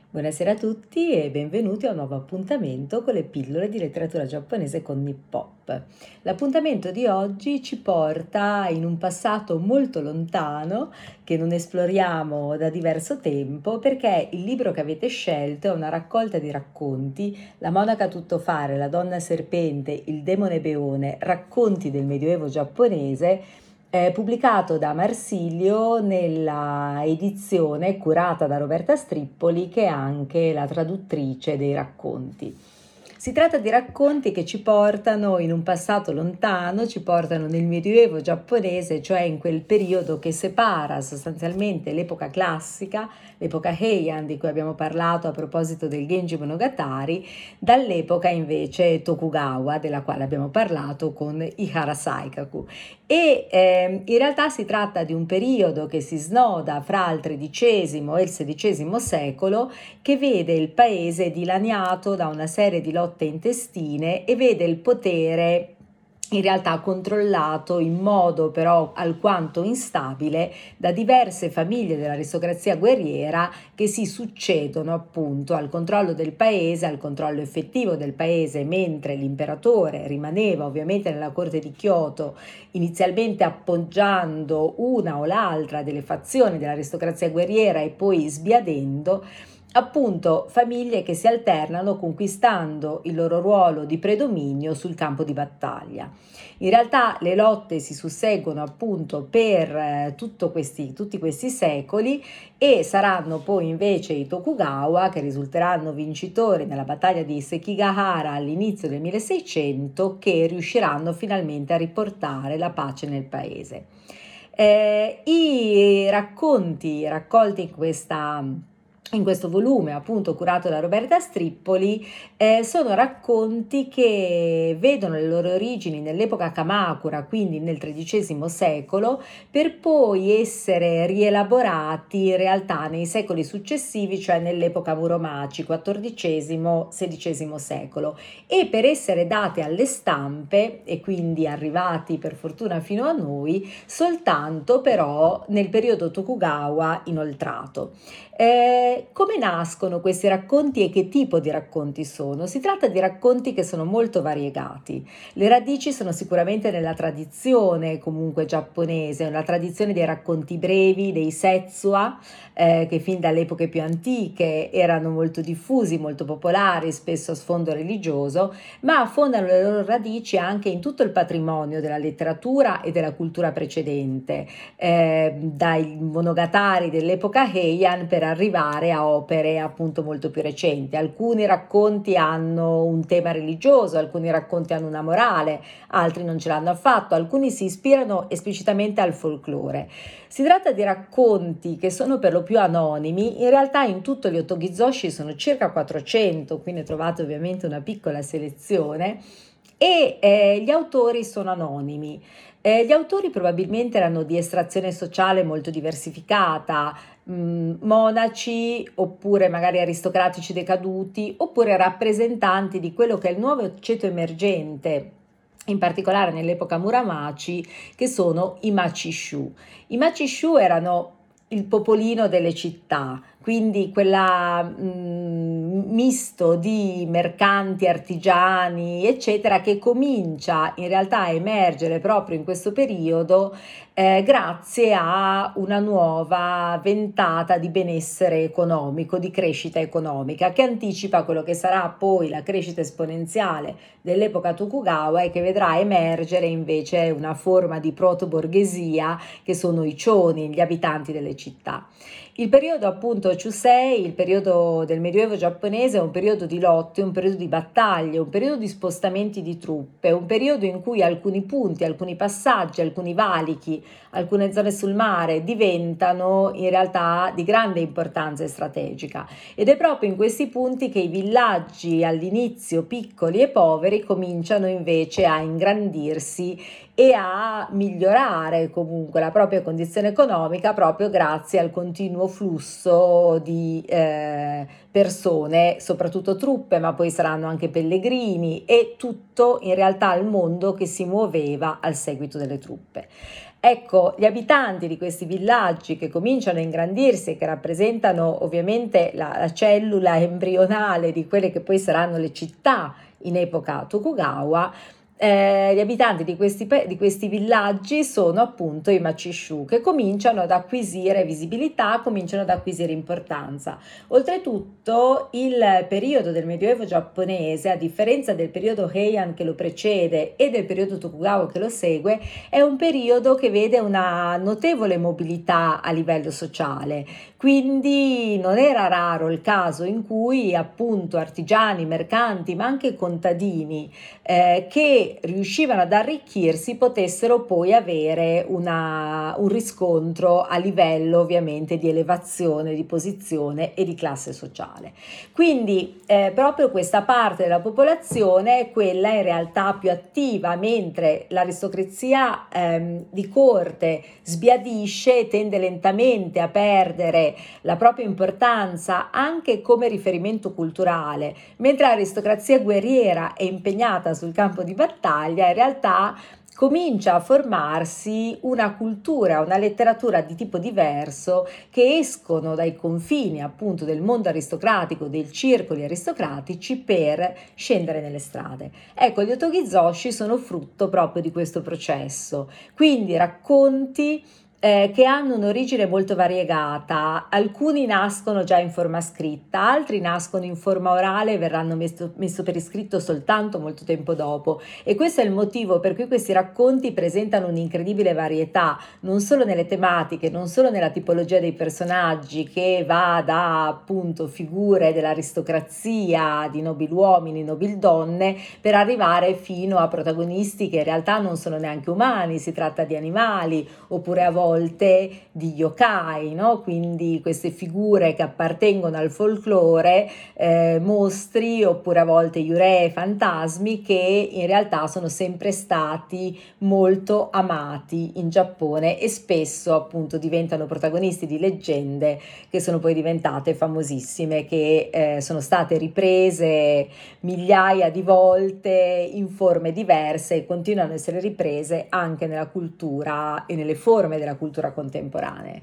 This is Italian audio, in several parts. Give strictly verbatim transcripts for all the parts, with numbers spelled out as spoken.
Buonasera a tutti e benvenuti a un nuovo appuntamento con le pillole di letteratura giapponese con Nippop. L'appuntamento di oggi ci porta in un passato molto lontano che non esploriamo da diverso tempo, perché il libro che avete scelto è una raccolta di racconti, La monaca tuttofare, La donna serpente, Il demone beone, racconti del Medioevo giapponese, eh, pubblicato da Marsilio nella edizione curata da Roberta Strippoli, che è anche la traduttrice dei racconti. Si tratta di racconti che ci portano in un passato lontano, ci portano nel Medioevo giapponese, cioè in quel periodo che separa sostanzialmente l'epoca classica, l'epoca Heian di cui abbiamo parlato a proposito del Genji Monogatari, dall'epoca invece Tokugawa, della quale abbiamo parlato con Ihara Saikaku. E eh, in realtà si tratta di un periodo che si snoda fra il tredicesimo e il sedicesimo secolo, che vede il paese dilaniato da una serie di lotte intestine e vede il potere in realtà controllato in modo però alquanto instabile da diverse famiglie dell'aristocrazia guerriera che si succedono appunto al controllo del paese, al controllo effettivo del paese, mentre l'imperatore rimaneva ovviamente nella corte di Kyoto, inizialmente appoggiando una o l'altra delle fazioni dell'aristocrazia guerriera e poi sbiadendo appunto famiglie che si alternano conquistando il loro ruolo di predominio sul campo di battaglia. In realtà le lotte si susseguono appunto per eh, tutto questi, tutti questi secoli e saranno poi invece i Tokugawa che risulteranno vincitori nella battaglia di Sekigahara all'inizio del milleseicento, che riusciranno finalmente a riportare la pace nel paese. Eh, I racconti raccolti in questa in questo volume appunto curato da Roberta Strippoli eh, sono racconti che vedono le loro origini nell'epoca Kamakura, quindi nel tredicesimo secolo, per poi essere rielaborati in realtà nei secoli successivi, cioè nell'epoca Muromaci, quattordicesimo sedicesimo secolo, e per essere date alle stampe e quindi arrivati per fortuna fino a noi soltanto però nel periodo Tokugawa inoltrato. Eh, come nascono questi racconti e che tipo di racconti sono? Si tratta di racconti che sono molto variegati. Le radici sono sicuramente nella tradizione comunque giapponese, una tradizione dei racconti brevi, dei setsua, eh, che fin dalle epoche più antiche erano molto diffusi, molto popolari, spesso a sfondo religioso, ma affondano le loro radici anche in tutto il patrimonio della letteratura e della cultura precedente, eh, dai monogatari dell'epoca Heian per arrivare a opere appunto molto più recenti. Alcuni racconti hanno un tema religioso, alcuni racconti hanno una morale, altri non ce l'hanno affatto, alcuni si ispirano esplicitamente al folklore. Si tratta di racconti che sono per lo più anonimi, in realtà in tutto gli otogizoshi sono circa quattrocento, qui ne trovate ovviamente una piccola selezione, e eh, gli autori sono anonimi. Eh, gli autori probabilmente erano di estrazione sociale molto diversificata, mh, monaci oppure magari aristocratici decaduti, oppure rappresentanti di quello che è il nuovo ceto emergente, in particolare nell'epoca Muromaci, che sono i Machishu. I Machishu erano il popolino delle città, quindi quella mh, misto di mercanti, artigiani, eccetera, che comincia in realtà a emergere proprio in questo periodo eh, grazie a una nuova ventata di benessere economico, di crescita economica, che anticipa quello che sarà poi la crescita esponenziale dell'epoca Tokugawa e che vedrà emergere invece una forma di proto-borghesia che sono i choni, gli abitanti delle città. Il periodo appunto Chusei, il periodo del Medioevo giapponese, è un periodo di lotte, un periodo di battaglie, un periodo di spostamenti di truppe, un periodo in cui alcuni punti, alcuni passaggi, alcuni valichi, alcune zone sul mare diventano in realtà di grande importanza strategica, ed è proprio in questi punti che i villaggi all'inizio piccoli e poveri cominciano invece a ingrandirsi e a migliorare comunque la propria condizione economica proprio grazie al continuo flusso di eh, persone, soprattutto truppe, ma poi saranno anche pellegrini e tutto in realtà il mondo che si muoveva al seguito delle truppe. Ecco, gli abitanti di questi villaggi che cominciano a ingrandirsi e che rappresentano ovviamente la, la cellula embrionale di quelle che poi saranno le città in epoca Tokugawa, eh, gli abitanti di questi, di questi villaggi sono appunto i Machishu, che cominciano ad acquisire visibilità, cominciano ad acquisire importanza. Oltretutto il periodo del Medioevo giapponese, a differenza del periodo Heian che lo precede e del periodo Tokugawa che lo segue, è un periodo che vede una notevole mobilità a livello sociale, quindi non era raro il caso in cui appunto artigiani, mercanti, ma anche contadini eh, che riuscivano ad arricchirsi potessero poi avere una, un riscontro a livello ovviamente di elevazione, di posizione e di classe sociale. Quindi eh, proprio questa parte della popolazione è quella in realtà più attiva, mentre l'aristocrazia ehm, di corte sbiadisce e tende lentamente a perdere la propria importanza anche come riferimento culturale, mentre l'aristocrazia guerriera è impegnata sul campo di battaglia, in realtà comincia a formarsi una cultura, una letteratura di tipo diverso che escono dai confini appunto del mondo aristocratico, dei circoli aristocratici per scendere nelle strade. Ecco, gli Otogizoshi sono frutto proprio di questo processo, quindi racconti Eh, che hanno un'origine molto variegata. Alcuni nascono già in forma scritta, altri nascono in forma orale e verranno messo, messo per iscritto soltanto molto tempo dopo, e questo è il motivo per cui questi racconti presentano un'incredibile varietà, non solo nelle tematiche, non solo nella tipologia dei personaggi, che va da appunto figure dell'aristocrazia, di nobiluomini, nobildonne, per arrivare fino a protagonisti che in realtà non sono neanche umani, si tratta di animali, oppure a volte di yokai, no? Quindi queste figure che appartengono al folklore, eh, mostri, oppure a volte yurei, fantasmi, che in realtà sono sempre stati molto amati in Giappone e spesso appunto diventano protagonisti di leggende che sono poi diventate famosissime, che eh, sono state riprese migliaia di volte in forme diverse e continuano ad essere riprese anche nella cultura e nelle forme della cultura contemporanea.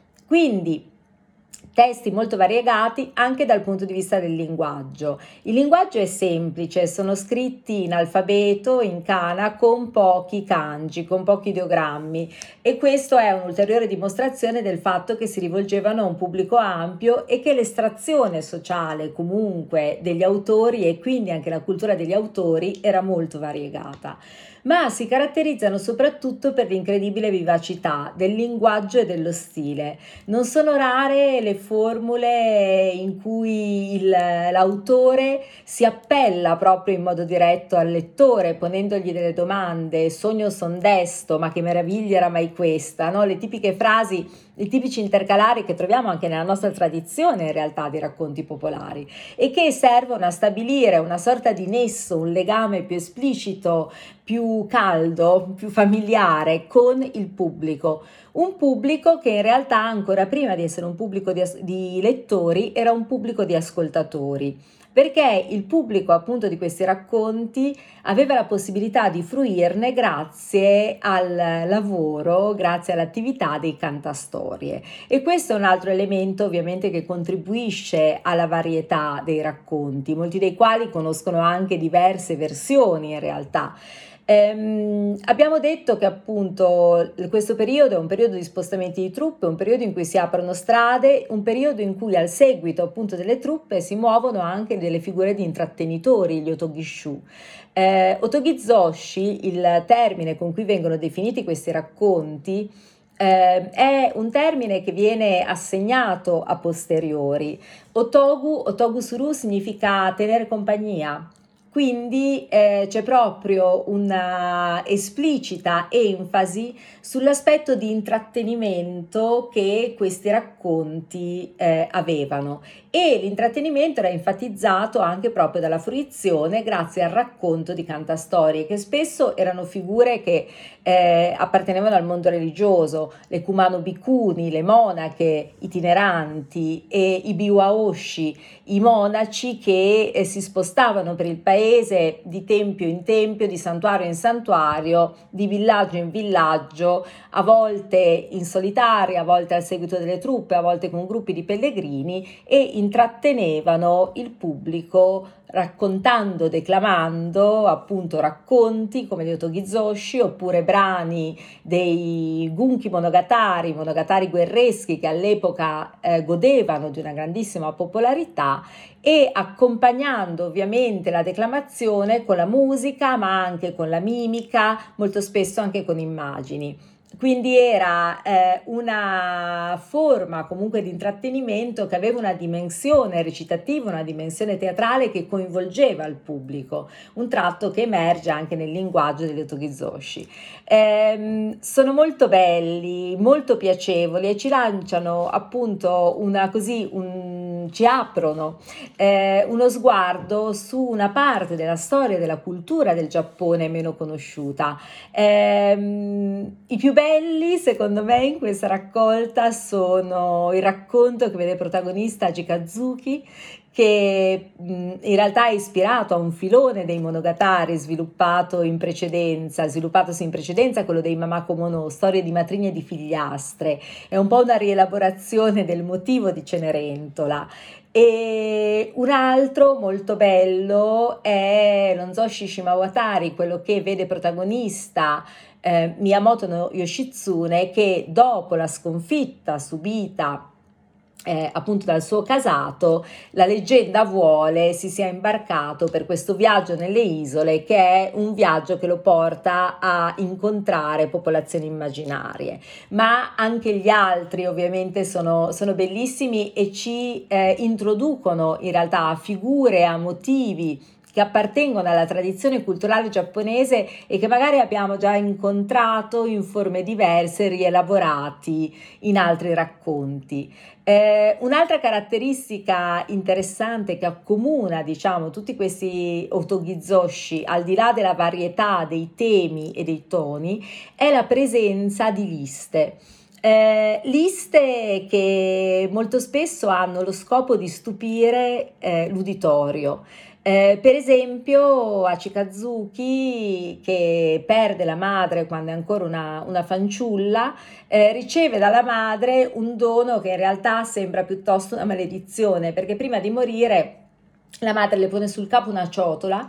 Quindi testi molto variegati anche dal punto di vista del linguaggio. Il linguaggio è semplice, sono scritti in alfabeto, in kana, con pochi kanji, con pochi ideogrammi, e questo è un'ulteriore dimostrazione del fatto che si rivolgevano a un pubblico ampio e che l'estrazione sociale comunque degli autori, e quindi anche la cultura degli autori, era molto variegata. Ma si caratterizzano soprattutto per l'incredibile vivacità del linguaggio e dello stile. Non sono rare le formule in cui il, l'autore si appella proprio in modo diretto al lettore, ponendogli delle domande: sogno son desto, ma che meraviglia era mai questa, no? Le tipiche frasi, i tipici intercalari che troviamo anche nella nostra tradizione in realtà di racconti popolari, e che servono a stabilire una sorta di nesso, un legame più esplicito, più caldo, più familiare con il pubblico. Un pubblico che in realtà ancora prima di essere un pubblico di, di lettori era un pubblico di ascoltatori, perché il pubblico appunto di questi racconti aveva la possibilità di fruirne grazie al lavoro, grazie all'attività dei cantastorie, e questo è un altro elemento ovviamente che contribuisce alla varietà dei racconti, molti dei quali conoscono anche diverse versioni in realtà. Ehm, abbiamo detto che appunto questo periodo è un periodo di spostamenti di truppe, un periodo in cui si aprono strade, un periodo in cui al seguito appunto delle truppe si muovono anche delle figure di intrattenitori, gli otogishu. Eh, otogizoshi, il termine con cui vengono definiti questi racconti, eh, è un termine che viene assegnato a posteriori. Otogu, otogu suru significa tenere compagnia. Quindi eh, c'è proprio una esplicita enfasi sull'aspetto di intrattenimento che questi racconti eh, avevano, e l'intrattenimento era enfatizzato anche proprio dalla fruizione grazie al racconto di cantastorie, che spesso erano figure che eh, appartenevano al mondo religioso, le kumano bikuni, le monache itineranti, e i biwaoshi, i monaci che eh, si spostavano per il paese paese, di tempio in tempio, di santuario in santuario, di villaggio in villaggio, a volte in solitaria, a volte al seguito delle truppe, a volte con gruppi di pellegrini, e intrattenevano il pubblico raccontando, declamando appunto racconti come gli Otogizoshi, oppure brani dei Gunki Monogatari, monogatari guerreschi che all'epoca eh, godevano di una grandissima popolarità, e accompagnando ovviamente la declamazione con la musica, ma anche con la mimica, molto spesso anche con immagini. Quindi era eh, una forma comunque di intrattenimento che aveva una dimensione recitativa, una dimensione teatrale che coinvolgeva il pubblico, un tratto che emerge anche nel linguaggio degli Otogizoshi. Eh, sono molto belli, molto piacevoli e ci lanciano appunto una così, un, ci aprono eh, uno sguardo su una parte della storia e della cultura del Giappone meno conosciuta. Eh, i più belli secondo me in questa raccolta sono il racconto che vede protagonista Jikazuki, che mh, in realtà è ispirato a un filone dei monogatari sviluppato in precedenza, sviluppatosi in precedenza, quello dei Mamako Mono, storie di matrigna e di figliastre. È un po' una rielaborazione del motivo di Cenerentola. E un altro molto bello è l'Onzoshi Shimawatari, quello che vede protagonista eh, Miyamoto no Yoshitsune, che dopo la sconfitta subita Eh, appunto dal suo casato, la leggenda vuole si sia imbarcato per questo viaggio nelle isole, che è un viaggio che lo porta a incontrare popolazioni immaginarie, ma anche gli altri ovviamente sono, sono bellissimi e ci eh, introducono in realtà a figure, a motivi che appartengono alla tradizione culturale giapponese e che magari abbiamo già incontrato in forme diverse, rielaborati in altri racconti. Eh, un'altra caratteristica interessante che accomuna, diciamo, tutti questi Otogizoshi, al di là della varietà dei temi e dei toni, è la presenza di liste. Eh, liste che molto spesso hanno lo scopo di stupire eh, l'uditorio. Eh, per esempio Achikazuki, che perde la madre quando è ancora una, una fanciulla, eh, riceve dalla madre un dono che in realtà sembra piuttosto una maledizione, perché prima di morire la madre le pone sul capo una ciotola,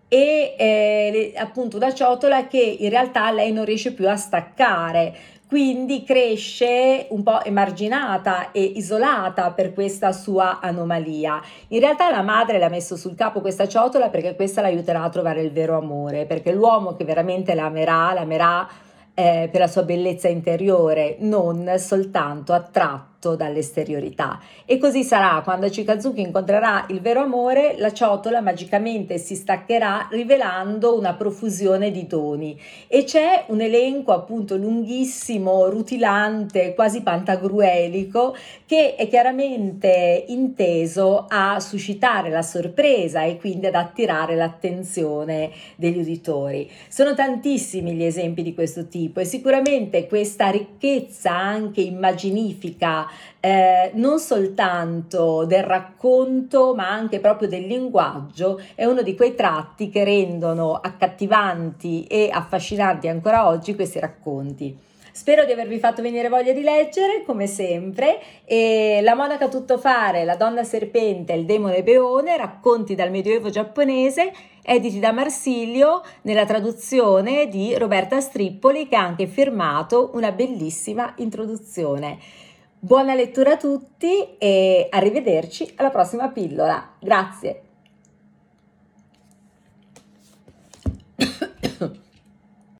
e eh, appunto una ciotola che in realtà lei non riesce più a staccare, quindi cresce un po' emarginata e isolata per questa sua anomalia. In realtà la madre le ha messo sul capo questa ciotola perché questa l'aiuterà a trovare il vero amore, perché l'uomo che veramente l'amerà, l'amerà eh, per la sua bellezza interiore, non soltanto attratto dall'esteriorità. E così sarà quando Chikazuki incontrerà il vero amore, la ciotola magicamente si staccherà rivelando una profusione di doni, e c'è un elenco appunto lunghissimo, rutilante, quasi pantagruelico, che è chiaramente inteso a suscitare la sorpresa e quindi ad attirare l'attenzione degli uditori. Sono tantissimi gli esempi di questo tipo e sicuramente questa ricchezza anche immaginifica, Eh, non soltanto del racconto ma anche proprio del linguaggio, è uno di quei tratti che rendono accattivanti e affascinanti ancora oggi questi racconti. Spero di avervi fatto venire voglia di leggere come sempre. E La monaca tuttofare, La donna serpente e il demone beone, racconti dal medioevo giapponese, editi da Marsilio nella traduzione di Roberta Strippoli, che ha anche firmato una bellissima introduzione. Buona lettura a tutti e arrivederci alla prossima pillola. Grazie.